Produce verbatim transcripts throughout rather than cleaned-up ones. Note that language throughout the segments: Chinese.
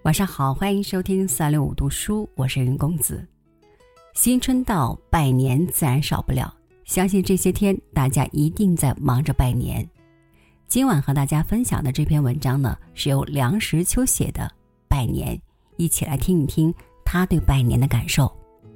晚上好，欢迎收听三六五读书，我是云公子。新春到，拜年自然少不了，相信这些天大家一定在忙着拜年。今晚和大家分享的这篇文章呢，是由梁实秋写的拜年，一起来听一听他对拜年的感受。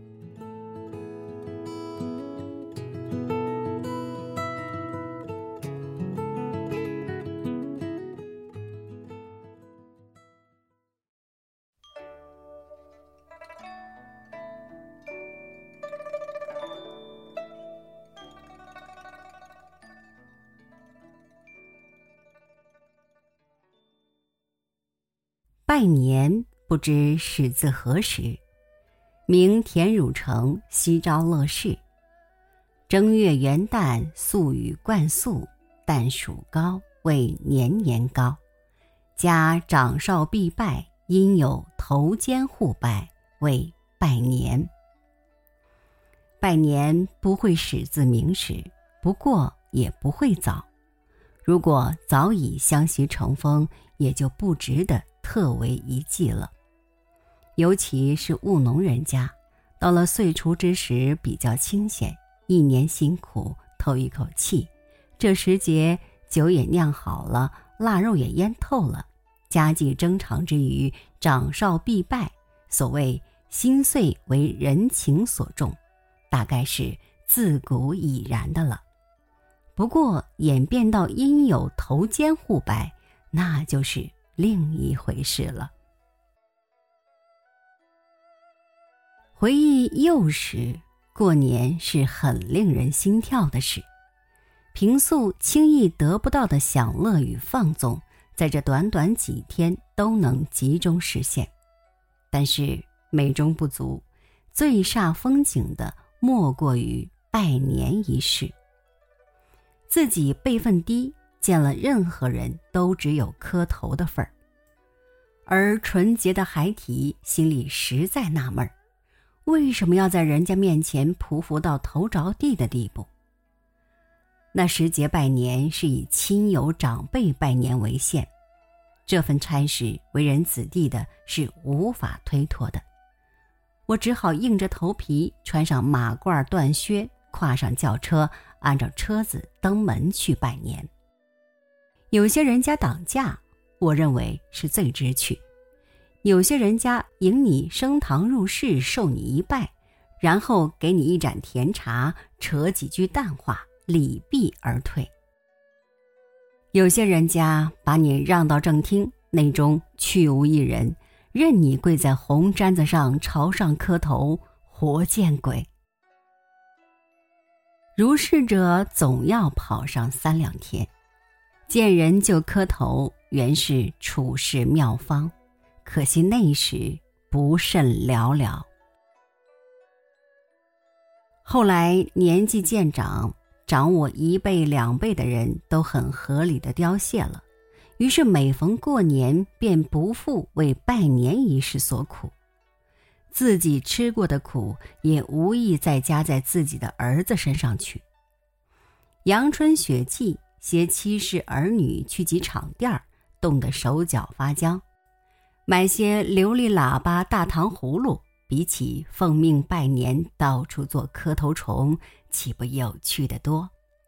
拜年不知始自何时，明田汝成，夕朝乐事。正月元旦，素语冠素，旦属高，谓年年高。家长少必拜，因有头肩互拜，谓拜年。拜年不会始自明时，不过也不会早。如果早已相习成风，也就不值得特为一祭了。尤其是务农人家，到了岁除之时比较清闲，一年辛苦，透一口气，这时节酒也酿好了，腊肉也腌透了，家计正常之余，长少必拜，所谓心岁为人情所重，大概是自古已然的了。不过演变到应有头肩互拜，那就是另一回事了。回忆幼时，过年是很令人心跳的事，平素轻易得不到的享乐与放纵，在这短短几天都能集中实现。但是美中不足，最煞风景的莫过于拜年一事。自己辈分低，见了任何人都只有磕头的份儿，而纯洁的孩提心里实在纳闷，为什么要在人家面前匍匐到头着地的地步？那时节拜年是以亲友长辈拜年为限，这份差事为人子弟的是无法推脱的。我只好硬着头皮穿上马褂缎靴，跨上轿车，按照车子登门去拜年。有些人家挡驾，我认为是最知趣；有些人家迎你升堂入室，受你一拜，然后给你一盏甜茶，扯几句淡话，礼毕而退。有些人家把你让到正厅，内中去无一人，任你跪在红毡子上朝上磕头，活见鬼。如是者总要跑上三两天，见人就磕头，原是处世妙方，可惜那时不甚了了。后来年纪渐长，长我一倍两倍的人都很合理的凋谢了，于是每逢过年便不复为拜年一事所苦，自己吃过的苦也无意再加在自己的儿子身上去。阳春雪霁，携妻室儿女去几场店儿，冻得手脚发僵，买些琉璃喇叭大糖葫芦，比起奉命拜年到处做磕头虫，岂不有趣得多？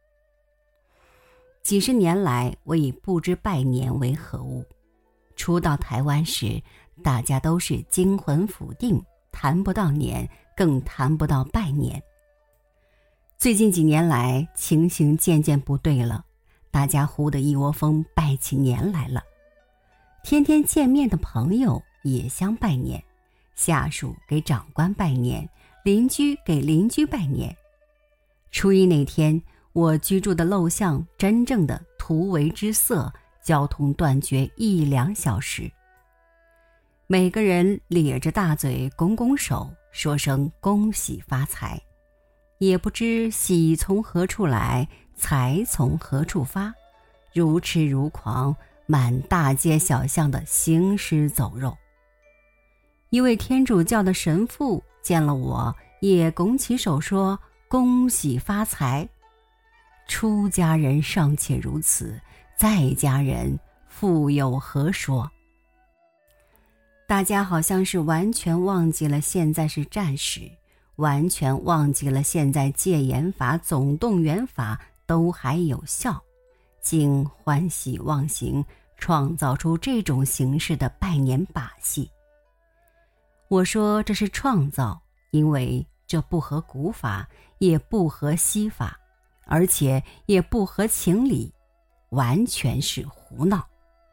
几十年来，我已不知拜年为何物。初到台湾时，大家都是惊魂甫定，谈不到年，更谈不到拜年。最近几年来，情形渐渐不对了，大家忽得一窝蜂拜起年来了。天天见面的朋友也相拜年，下属给长官拜年，邻居给邻居拜年。初一那天，我居住的陋巷真正的突围之塞，交通断绝一两小时。每个人咧着大嘴拱拱手，说声恭喜发财，也不知喜从何处来，财从何处发，如痴如狂，满大街小巷的行尸走肉。一位天主教的神父见了我，也拱起手说恭喜发财。出家人尚且如此，在家人复有何说？ 大家好像是完全忘记了现在是战时，完全忘记了现在戒严法、总动员法都还有效，竟欢喜忘形，创造出这种形式的拜年把戏。我说这是创造，因为这不合古法，也不合西法，而且也不合情理，完全是胡闹。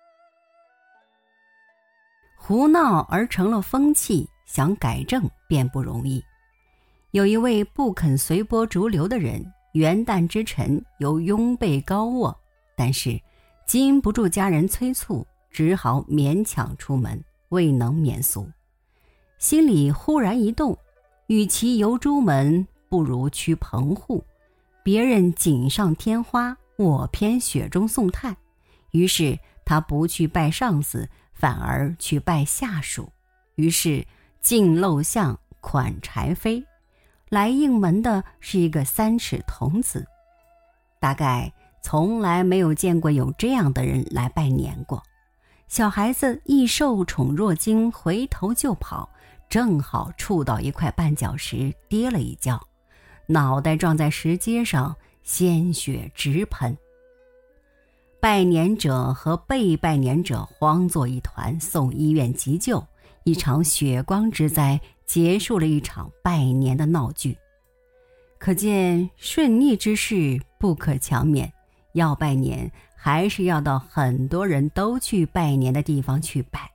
胡闹而成了风气，想改正便不容易。有一位不肯随波逐流的人，元旦之晨由拥被高卧，但是禁不住家人催促，只好勉强出门，未能免俗。心里忽然一动，与其游朱门，不如去棚户。别人锦上添花，我偏雪中送炭。于是他不去拜上司，反而去拜下属。于是进陋巷，款柴扉。来应门的是一个三尺童子，大概从来没有见过有这样的人来拜年过。小孩子一受宠若惊，回头就跑，正好触到一块绊脚石，跌了一跤，脑袋撞在石阶上，鲜血直喷。拜年者和被拜年者慌作一团，送医院急救，一场血光之灾结束了一场拜年的闹剧。可见顺逆之事不可强勉，要拜年还是要到很多人都去拜年的地方去拜。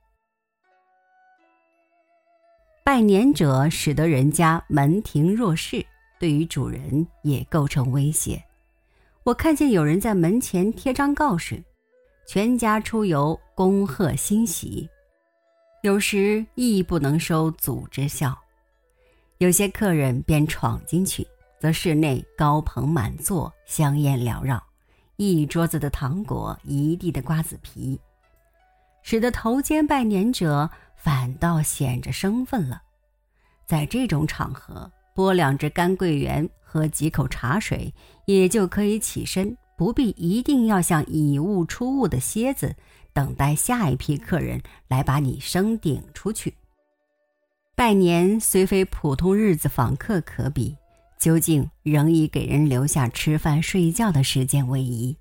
拜年者使得人家门庭若市，对于主人也构成威胁。我看见有人在门前贴张告示，全家出游，恭贺新喜。有时亦不能收祖之孝，有些客人便闯进去，则室内高朋满座，香烟缭绕，一桌子的糖果，一地的瓜子皮，使得头间拜年者反倒显着生分了。在这种场合，剥两只干桂圆，喝几口茶水，也就可以起身，不必一定要像以物出物的蝎子，等待下一批客人来把你升顶出去。拜年虽非普通日子访客可比，究竟仍以给人留下吃饭睡觉的时间为宜。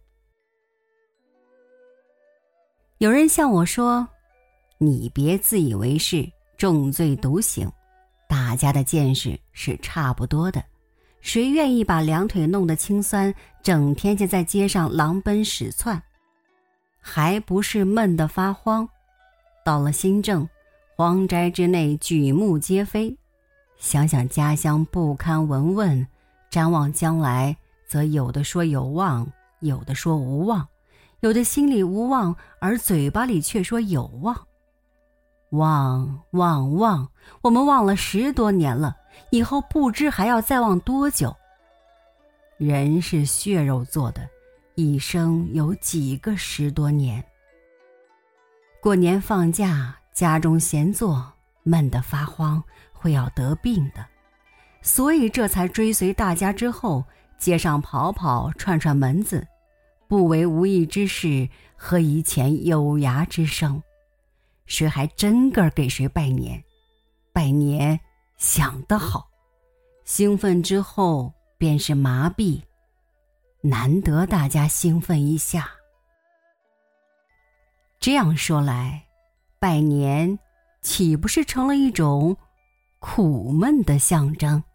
有人向我说，你别自以为是，重罪独行，大家的见识是差不多的，谁愿意把两腿弄得青酸，整天就在街上狼奔屎窜，还不是闷得发慌。到了新政，荒斋之内举目皆非，想想家乡不堪闻问，瞻望将来，则有的说有望，有的说无望，有的心里无望，而嘴巴里却说有望。望望望，我们望了十多年了，以后不知还要再望多久。人是血肉做的，一生有几个十多年？过年放假，家中闲坐，闷得发慌，会要得病的。所以这才追随大家之后，街上跑跑，串串门子，不为无益之事，何以遣有涯之生？谁还真个给谁拜年？拜年想得好，兴奋之后便是麻痹，难得大家兴奋一下。这样说来，拜年岂不是成了一种苦闷的象征？